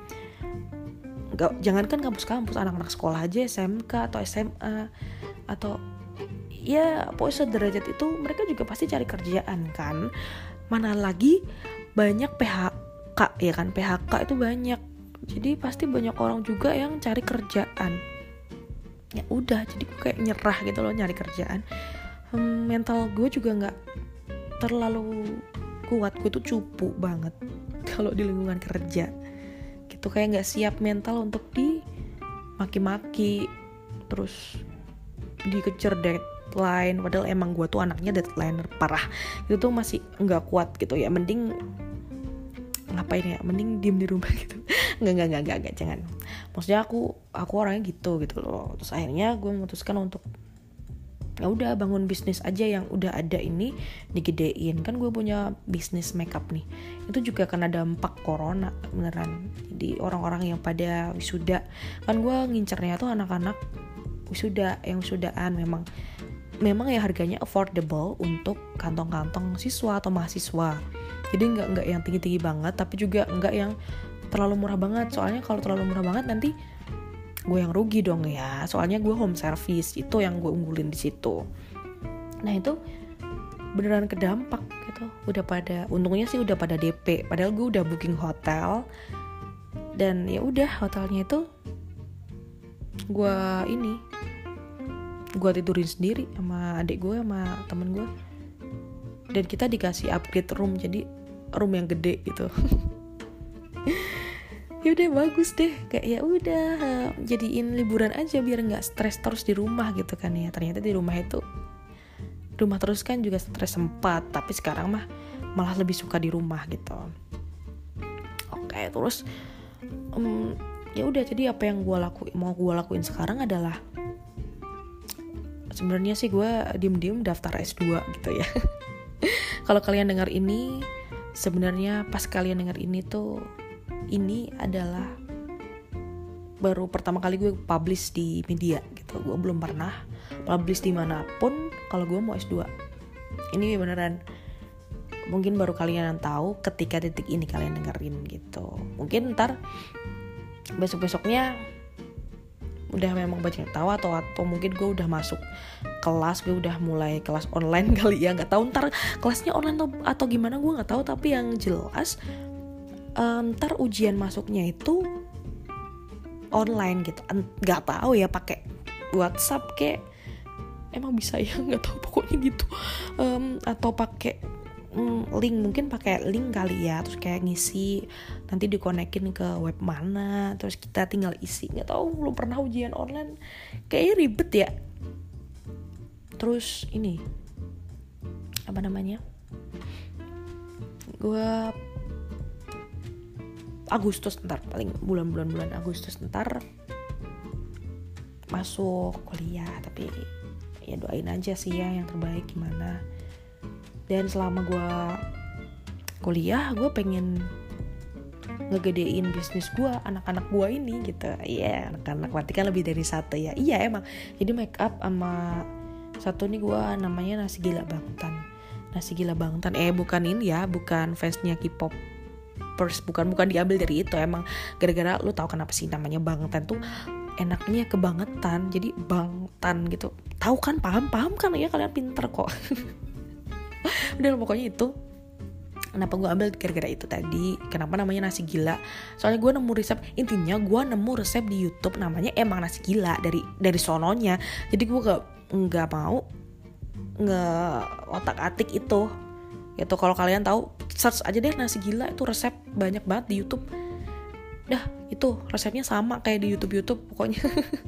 Gak, jangankan kampus-kampus, anak-anak sekolah aja S M K atau S M A atau ya pokoknya sederajat itu mereka juga pasti cari kerjaan kan. Mana lagi banyak P H K ya kan, P H K itu banyak. Jadi pasti banyak orang juga yang cari kerjaan. Ya udah, jadi gue kayak nyerah gitu loh nyari kerjaan. hmm, Mental gue juga gak terlalu kuat, gue tuh cupu banget kalau di lingkungan kerja gitu, kayak gak siap mental untuk di maki-maki terus dikejar deadline, padahal emang gue tuh anaknya deadliner parah. Itu tuh masih gak kuat gitu ya, mending ngapain ya, mending diem di rumah gitu. Nggak, nggak, nggak, nggak, nggak, jangan. Maksudnya aku, aku orangnya gitu, gitu loh. Terus akhirnya gue memutuskan untuk ya udah bangun bisnis aja yang udah ada ini, digedein. Kan gue punya bisnis makeup nih. Itu juga kena dampak corona beneran. Jadi orang-orang yang pada wisuda, kan gue ngincernya tuh anak-anak wisuda, yang wisudaan memang memang ya harganya affordable untuk kantong-kantong siswa atau mahasiswa. Jadi nggak nggak yang tinggi-tinggi banget, tapi juga nggak yang terlalu murah banget. Soalnya kalau terlalu murah banget nanti gue yang rugi dong ya. Soalnya gue home service, itu yang gue unggulin di situ. Nah itu beneran kedampak gitu. Udah pada, untungnya sih udah pada D P. Padahal gue udah booking hotel, dan ya udah hotelnya itu gue ini gue tidurin sendiri sama adik gue sama temen gue, dan kita dikasih upgrade room, jadi room yang gede gitu. Ya udah bagus deh, kayak ya udah jadiin liburan aja biar nggak stres terus di rumah gitu kan ya. Ternyata di rumah itu rumah terus kan juga stres sempat, tapi sekarang mah malah lebih suka di rumah gitu. Oke, terus um, ya udah, jadi apa yang gue lakuin mau gue lakuin sekarang adalah sebenarnya sih gue diem-diem daftar S dua gitu ya. Kalau kalian dengar ini, sebenarnya pas kalian dengar ini tuh, ini adalah baru pertama kali gue publish di media gitu. Gue belum pernah publish dimanapun kalau gue mau S dua. Ini beneran mungkin baru kalian yang tahu ketika titik ini kalian dengerin gitu. Mungkin ntar besok-besoknya udah memang banyak yang tahu, atau atau mungkin gue udah masuk kelas, gue udah mulai kelas online kali ya, nggak tahu ntar kelasnya online atau, atau gimana gue nggak tahu. Tapi yang jelas um, ntar ujian masuknya itu online gitu, nggak tahu ya pakai WhatsApp kayak emang bisa ya, nggak tahu pokoknya gitu, um, atau pakai mm, link, mungkin pakai link kali ya, terus kayak ngisi nanti dikonekin ke web mana, terus kita tinggal isi. Nggak tahu, belum pernah ujian online, kayaknya ribet ya. Terus ini apa namanya gue Agustus ntar, paling bulan-bulan bulan Agustus ntar masuk kuliah. Tapi ya doain aja sih ya yang terbaik gimana. Dan selama gue kuliah gue pengen ngegedein bisnis gue, anak-anak gue ini gitu. Iya yeah, anak-anak berarti kan lebih dari satu ya. Iya emang. Jadi make up sama satu nih gue namanya Nasi Gila Bangtan. Nasi Gila Bangtan eh bukan ini ya, bukan fansnya K-pop pers, bukan bukan diambil dari itu. Emang gara-gara lu tahu kenapa sih namanya Bangtan tuh enaknya kebangetan, jadi Bangtan gitu. Tahu kan, paham-paham kan ya, kalian pinter kok. Udah pokoknya itu. Kenapa gue ambil gara-gara itu tadi. Kenapa namanya nasi gila? Soalnya gue nemu resep, intinya gue nemu resep di YouTube namanya emang nasi gila dari dari sononya. Jadi gue gak nggak mau nge otak-atik itu. Gitu kalau kalian tahu search aja deh nasi gila, itu resep banyak banget di YouTube. Dah itu resepnya sama kayak di YouTube YouTube pokoknya.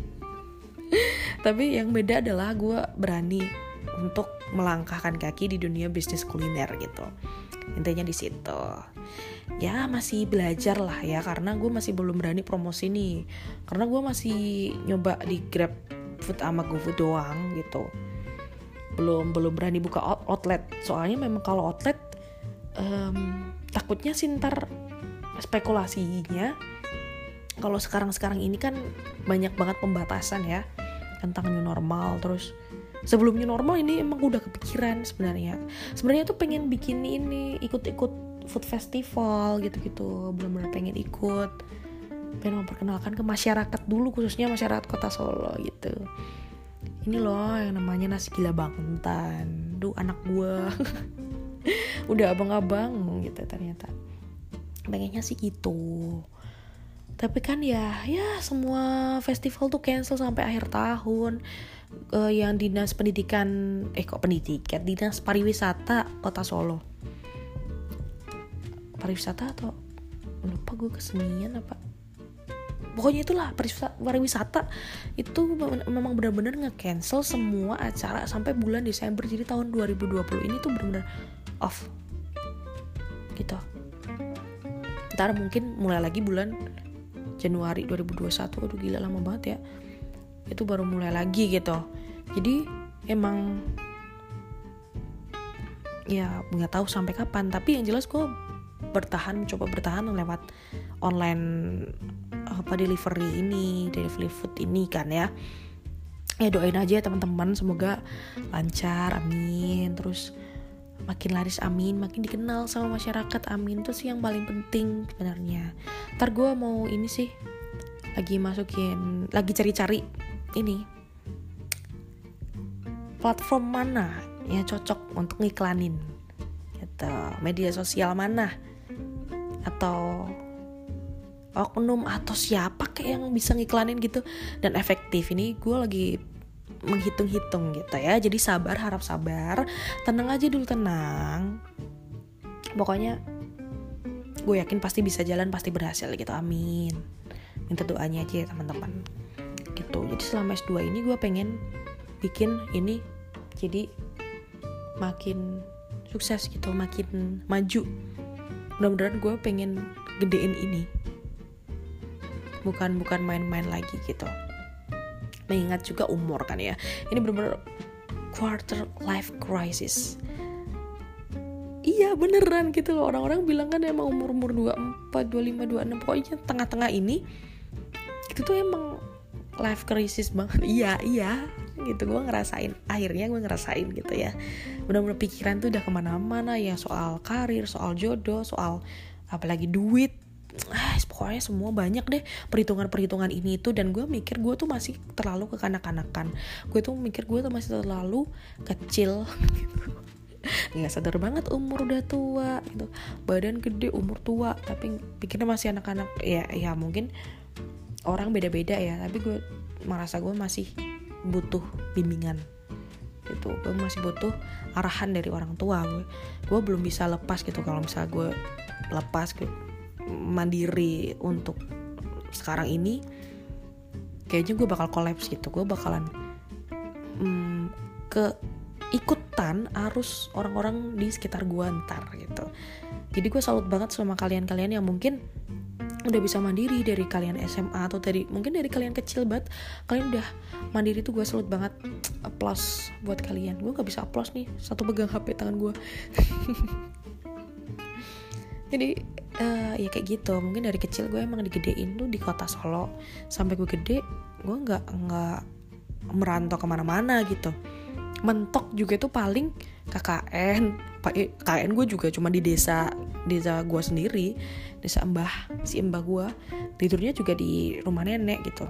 Tapi yang beda adalah gue berani untuk melangkahkan kaki di dunia bisnis kuliner gitu. Intinya di situ. Ya masih belajar lah ya, karena gue masih belum berani promosi nih. Karena gue masih nyoba di Grab Food sama GoFood doang gitu. Belum belum berani buka outlet. Soalnya memang kalau outlet um, takutnya sih ntar spekulasinya. Kalau sekarang-sekarang ini kan banyak banget pembatasan ya tentang new normal. Terus sebelum new normal ini emang udah kepikiran sebenarnya. Sebenarnya tuh pengen bikin ini, ikut-ikut food festival gitu-gitu. Benar-benar pengen ikut. Pengen memperkenalkan ke masyarakat dulu, khususnya masyarakat Kota Solo gitu. Ini loh yang namanya Nasi Gila Bangtan. Duh anak gue. Udah abang-abang gitu ternyata. Pengennya sih gitu. Tapi kan ya, ya semua festival tuh cancel sampai akhir tahun. Uh, yang dinas pendidikan, eh kok pendidikan, dinas pariwisata Kota Solo. Pariwisata atau lupa gue, kesenian apa? Pokoknya itulah pariwisata, pariwisata itu memang benar-benar nge-cancel semua acara sampai bulan Desember. Jadi tahun dua ribu dua puluh ini tuh benar-benar off. Gitu. Ntar mungkin mulai lagi bulan Januari dua ribu dua puluh satu. Aduh gila lama banget ya. Itu baru mulai lagi gitu. Jadi emang ya nggak tahu sampai kapan. Tapi yang jelas gue bertahan, coba bertahan lewat online apa delivery ini, delivery food ini kan ya. Ya doain aja ya teman-teman, semoga lancar, amin. Terus makin laris, amin. Makin dikenal sama masyarakat, amin. Itu sih yang paling penting sebenarnya. Ntar gue mau ini sih, lagi masukin, lagi cari-cari ini platform mana yang cocok untuk ngiklanin gitu, media sosial mana atau oknum atau siapa kayak yang bisa ngiklanin gitu dan efektif. Ini gue lagi menghitung-hitung gitu ya. Jadi sabar, harap sabar, tenang aja dulu, tenang. Pokoknya gue yakin pasti bisa jalan, pasti berhasil gitu, amin. Minta doanya aja ya teman-teman gitu. Jadi selama S dua ini gue pengen bikin ini jadi makin sukses gitu, makin maju. Mudah-mudahan gue pengen gedein ini, bukan bukan main-main lagi gitu. Mengingat juga umur kan ya, ini bener-bener quarter life crisis. Iya beneran gitu loh. Orang-orang bilang kan emang umur-umur dua puluh empat, dua puluh lima, dua puluh enam, pokoknya tengah-tengah ini itu tuh emang life crisis banget. Iya, iya gitu, gue ngerasain, akhirnya gue ngerasain gitu ya. Bener-bener pikiran tuh udah kemana-mana ya, soal karir, soal jodoh, soal apalagi duit. Ah, pokoknya semua banyak deh perhitungan-perhitungan ini itu. Dan gue mikir gue tuh masih terlalu kekanak-kanakan. Gue tuh mikir gue tuh masih terlalu kecil gitu. Nggak sadar banget umur udah tua gitu, badan gede umur tua, tapi pikirnya masih anak-anak. Ya, ya mungkin orang beda-beda ya, tapi gue merasa gue masih butuh bimbingan gitu. Gue masih butuh arahan dari orang tua. Gue, gue belum bisa lepas gitu. Kalau misalnya gue lepas gue mandiri untuk sekarang ini, kayaknya gue bakal kolaps gitu. Gue bakalan mm, ke ikutan arus orang-orang di sekitar gue ntar gitu. Jadi gue salut banget sama kalian-kalian yang mungkin udah bisa mandiri dari kalian S M A atau dari mungkin dari kalian kecil banget, kalian udah mandiri tuh gue salut banget. Applause buat kalian. Gue nggak bisa applause nih, satu pegang H P tangan gue. Jadi uh, ya kayak gitu. Mungkin dari kecil gue emang digedein tuh di kota Solo. Sampai gue gede, gue nggak nggak merantau kemana-mana gitu. Mentok juga tuh paling K K N. K K N gue juga cuma di desa desa gue sendiri, desa Mbah, si Mbah gue. Tidurnya juga di rumah nenek gitu.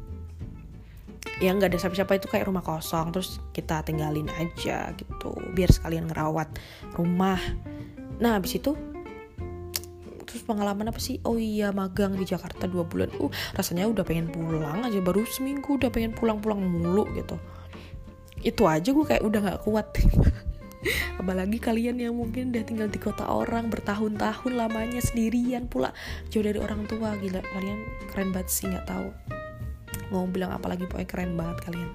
Ya nggak ada siapa-siapa, itu kayak rumah kosong. Terus kita tinggalin aja gitu, biar sekalian ngerawat rumah. Nah habis itu terus pengalaman apa sih? Oh iya, magang di Jakarta dua bulan. Uh, rasanya udah pengen pulang aja, baru seminggu udah pengen pulang-pulang mulu gitu. Itu aja gue kayak udah gak kuat. Apalagi kalian yang mungkin udah tinggal di kota orang bertahun-tahun lamanya, sendirian pula, jauh dari orang tua. Gila, kalian keren banget sih, gak tahu mau bilang apa lagi, pokoknya keren banget kalian.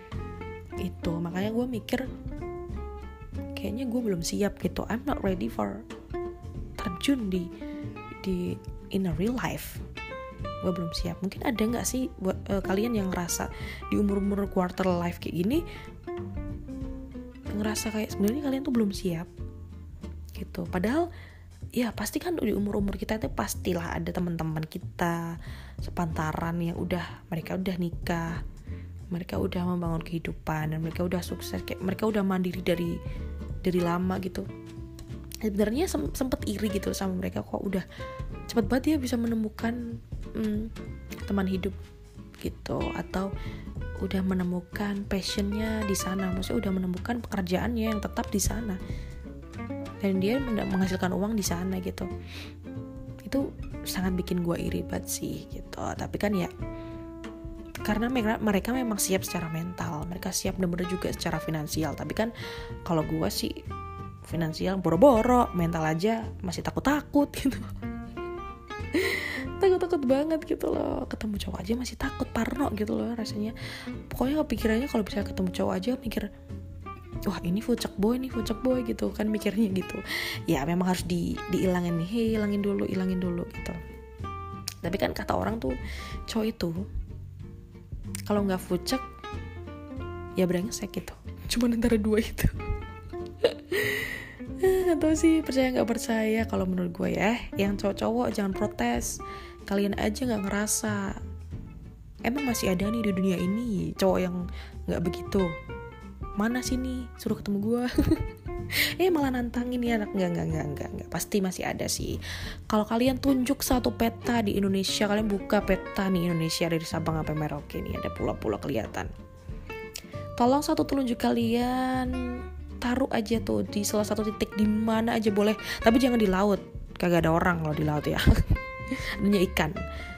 Itu, makanya gue mikir kayaknya gue belum siap gitu. I'm not ready for terjun di di in a real life. Gue belum siap. Mungkin ada nggak sih buat uh, kalian yang ngerasa di umur-umur quarter life kayak gini, ngerasa kayak sebenarnya kalian tuh belum siap gitu. Padahal ya pasti kan di umur-umur kita itu pastilah ada teman-teman kita sepantaran yang udah, mereka udah nikah, mereka udah membangun kehidupan, dan mereka udah sukses, kayak mereka udah mandiri dari dari lama gitu. Sebenarnya sem- sempet iri gitu sama mereka, kok udah cepet banget ya bisa menemukan hmm, teman hidup gitu, atau udah menemukan passionnya di sana, maksudnya udah menemukan pekerjaannya yang tetap di sana dan dia menghasilkan uang di sana gitu. Itu sangat bikin gue iri banget sih gitu. Tapi kan ya karena mereka, mereka memang siap secara mental, mereka siap bener-bener juga secara finansial. Tapi kan kalau gue sih finansial boro-boro, mental aja masih takut-takut gitu. Takut-takut banget gitu loh, ketemu cowok aja masih takut, parno gitu loh rasanya. Pokoknya kepikirannya kalau bisa ketemu cowok aja mikir, wah ini fucek boy, ini fucek boy gitu kan, mikirnya gitu. Ya memang harus di diilangin nih, hey, ilangin dulu, ilangin dulu gitu. Tapi kan kata orang tuh cowok itu kalau nggak fucek ya brengsek gitu. Cuma antara dua itu. Gak tau sih, percaya gak percaya. Kalau menurut gue ya, yang cowok-cowok jangan protes. Kalian aja gak ngerasa. Emang masih ada nih di dunia ini cowok yang gak begitu? Mana sih nih, suruh ketemu gue. Eh malah nantangin ya anak. Enggak, enggak, enggak, enggak, enggak. Pasti masih ada sih. Kalau kalian tunjuk satu peta di Indonesia, kalian buka peta nih Indonesia dari Sabang sampai Merauke nih, ada pulau-pulau kelihatan. Tolong satu telunjuk kalian taruh aja tuh di salah satu titik, di mana aja boleh, tapi jangan di laut, kagak ada orang kalau di laut ya. Adanya ikan.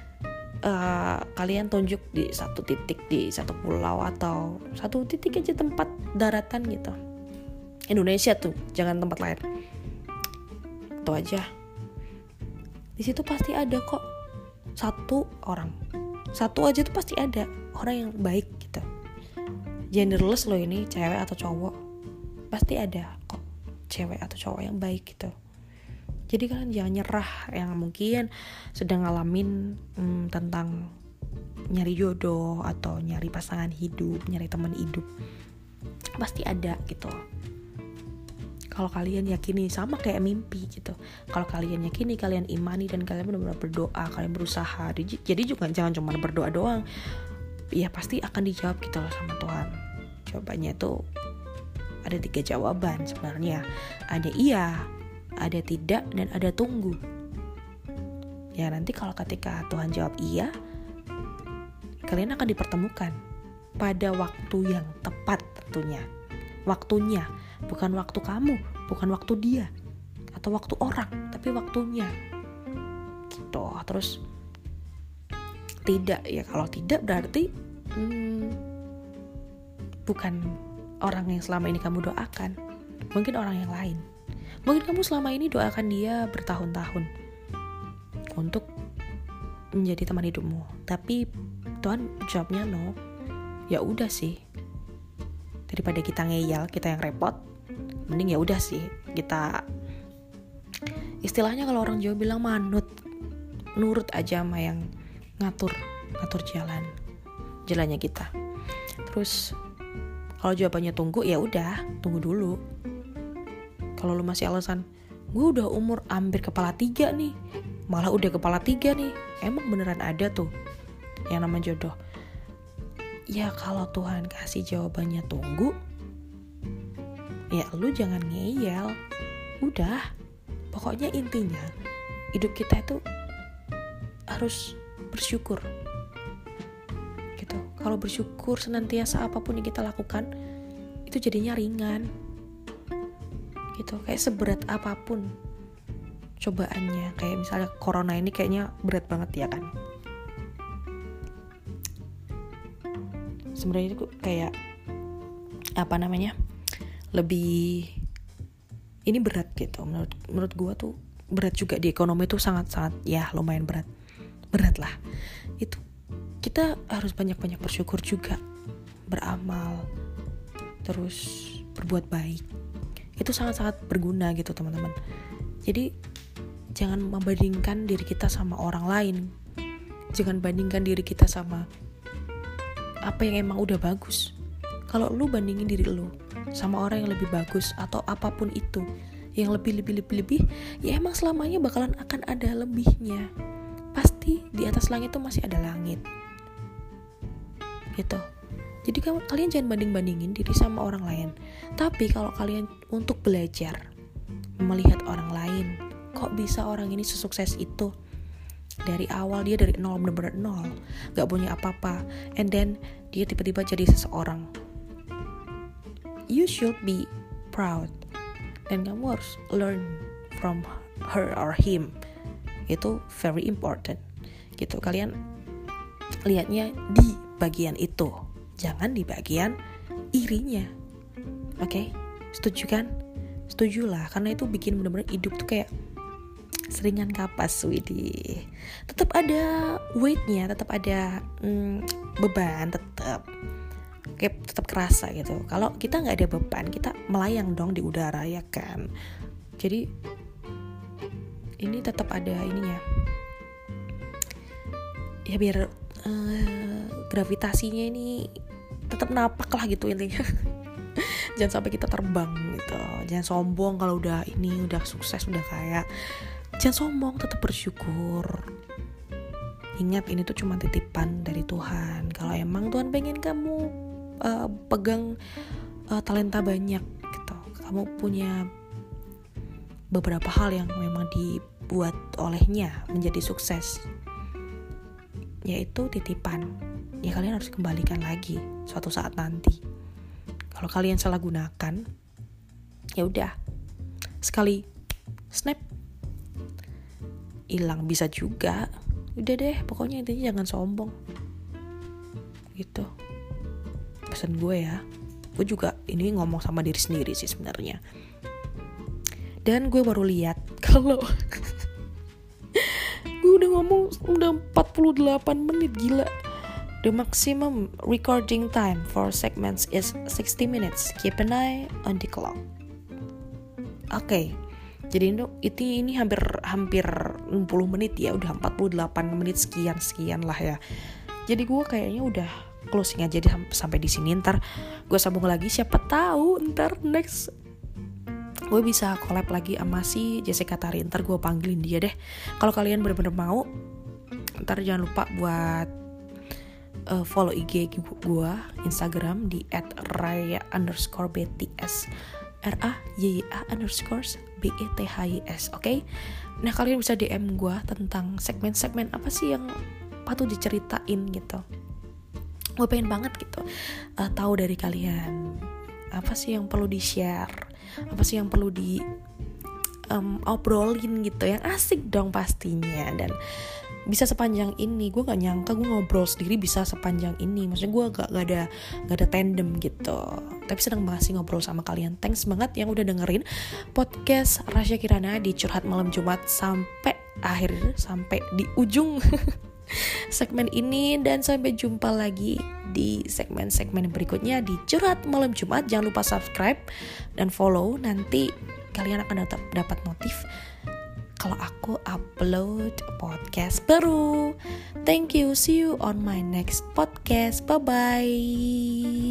Uh, kalian tunjuk di satu titik di satu pulau atau satu titik aja tempat daratan gitu. Indonesia tuh, jangan tempat lain. Itu aja. Di situ pasti ada kok satu orang, satu aja tuh pasti ada orang yang baik gitu. Genderless loh ini, cewek atau cowok. Pasti ada kok cewek atau cowok yang baik gitu. Jadi kalian jangan nyerah yang mungkin sedang ngalamin hmm, tentang nyari jodoh atau nyari pasangan hidup, nyari teman hidup. Pasti ada gitu. Kalau kalian yakini, sama kayak mimpi gitu. Kalau kalian yakini, kalian imani, dan kalian benar-benar berdoa, kalian berusaha. Jadi juga jangan cuma berdoa doang. Ya pasti akan dijawab gitu loh sama Tuhan. Jawabannya tuh ada tiga jawaban sebenarnya. Ada iya, ada tidak, dan ada tunggu. Ya nanti kalau ketika Tuhan jawab iya, kalian akan dipertemukan pada waktu yang tepat tentunya. Waktunya, bukan waktu kamu, bukan waktu dia, atau waktu orang, tapi waktunya. Gitu. Terus tidak, ya kalau tidak berarti hmm, bukan orang yang selama ini kamu doakan, mungkin orang yang lain. Mungkin kamu selama ini doakan dia bertahun-tahun untuk menjadi teman hidupmu, tapi Tuhan jawabnya no. Ya udah sih, tidak daripada kita ngeyel, kita yang repot, mending ya udah sih kita, istilahnya kalau orang Jawa bilang manut, nurut aja sama yang ngatur ngatur jalan jalannya kita. Terus kalau jawabannya tunggu, ya udah tunggu dulu. Kalau lu masih alasan, gue udah umur hampir kepala tiga nih, malah udah kepala tiga nih, emang beneran ada tuh yang nama jodoh? Ya kalau Tuhan kasih jawabannya tunggu, ya lu jangan ngeyel. Udah, pokoknya intinya hidup kita itu harus bersyukur gitu. Kalau bersyukur senantiasa, apapun yang kita lakukan itu jadinya ringan gitu. Kayak seberat apapun cobaannya, kayak misalnya corona ini kayaknya berat banget ya kan. Sebenarnya itu kayak apa namanya, lebih ini berat gitu. Menurut menurut gue tuh berat juga di ekonomi tuh sangat-sangat ya lumayan berat berat lah. Itu kita harus banyak-banyak bersyukur juga, beramal, terus berbuat baik. Itu sangat-sangat berguna gitu teman-teman. Jadi jangan membandingkan diri kita sama orang lain. Jangan bandingkan diri kita sama apa yang emang udah bagus. Kalau lu bandingin diri lu sama orang yang lebih bagus atau apapun itu, yang lebih-lebih-lebih-lebih, ya emang selamanya bakalan akan ada lebihnya. Pasti di atas langit tuh masih ada langit gitu. Jadi kalian jangan banding-bandingin diri sama orang lain. Tapi kalau kalian untuk belajar melihat orang lain, kok bisa orang ini sesukses itu, dari awal dia dari nol, bener-bener nol, gak punya apa-apa, and then dia tiba-tiba jadi seseorang. You should be proud, dan kamu harus learn from her or him. Itu very important gitu. Kalian lihatnya di bagian itu, jangan di bagian irinya. Oke, okay? Setuju kan? Setuju lah, karena itu bikin bener-bener hidup tuh kayak seringan kapas, widih. Tetap ada weightnya, tetap ada hmm, beban, tetap kayak tetap kerasa gitu. Kalau kita nggak ada beban, kita melayang dong di udara ya kan. Jadi ini tetap ada ininya. Ya biar uh, gravitasinya ini tetap napak lah gitu intinya. Jangan sampai kita terbang gitu. Jangan sombong kalau udah ini udah sukses, udah kaya. Jangan sombong, tetap bersyukur. Ingat ini tuh cuma titipan dari Tuhan. Kalau emang Tuhan pengen kamu uh, pegang uh, talenta banyak gitu, kamu punya beberapa hal yang memang dibuat olehnya menjadi sukses, yaitu titipan. Ya kalian harus kembalikan lagi suatu saat nanti. Kalau kalian salah gunakan, ya udah sekali snap hilang, bisa juga. Udah deh, pokoknya intinya jangan sombong gitu. Pesan gue ya. Gue juga ini ngomong sama diri sendiri sih sebenarnya. Dan gue baru lihat kalau gue udah ngomong udah empat puluh delapan menit, gila. The maximum recording time for segments is sixty minutes. Keep an eye on the clock. Oke. Okay. Jadi itu ini hampir hampir enam puluh menit ya, udah empat puluh delapan menit sekian sekian lah ya. Jadi gue kayaknya udah closing aja deh sampai di sini. Ntar gue sambung lagi, siapa tahu ntar next gue bisa collab lagi sama si Jessica Tari. Ntar gue panggilin dia deh. Kalau kalian bener-bener mau, ntar jangan lupa buat uh, follow I G gue Instagram di at raya underscore bts. R A Y Y A underscore B E T H Y S. Oke, okay? Nah kalian bisa D M gue tentang segmen-segmen apa sih yang patut diceritain gitu. Gue pengen banget gitu uh, tahu dari kalian apa sih yang perlu di share, apa sih yang perlu di um, obrolin gitu, yang asik dong pastinya. Dan bisa sepanjang ini, gue gak nyangka gue ngobrol sendiri bisa sepanjang ini. Maksudnya gue gak, gak ada gak ada tandem gitu. Tapi seneng banget sih ngobrol sama kalian. Thanks banget yang udah dengerin podcast Rasya Kirana di Curhat Malam Jumat sampai akhir, sampai di ujung. segmen ini, dan sampai jumpa lagi di segmen-segmen berikutnya di Curhat Malam Jumat. Jangan lupa subscribe dan follow, nanti kalian akan dapat dapat notif kalau aku upload podcast baru. Thank you, see you on my next podcast. Bye bye.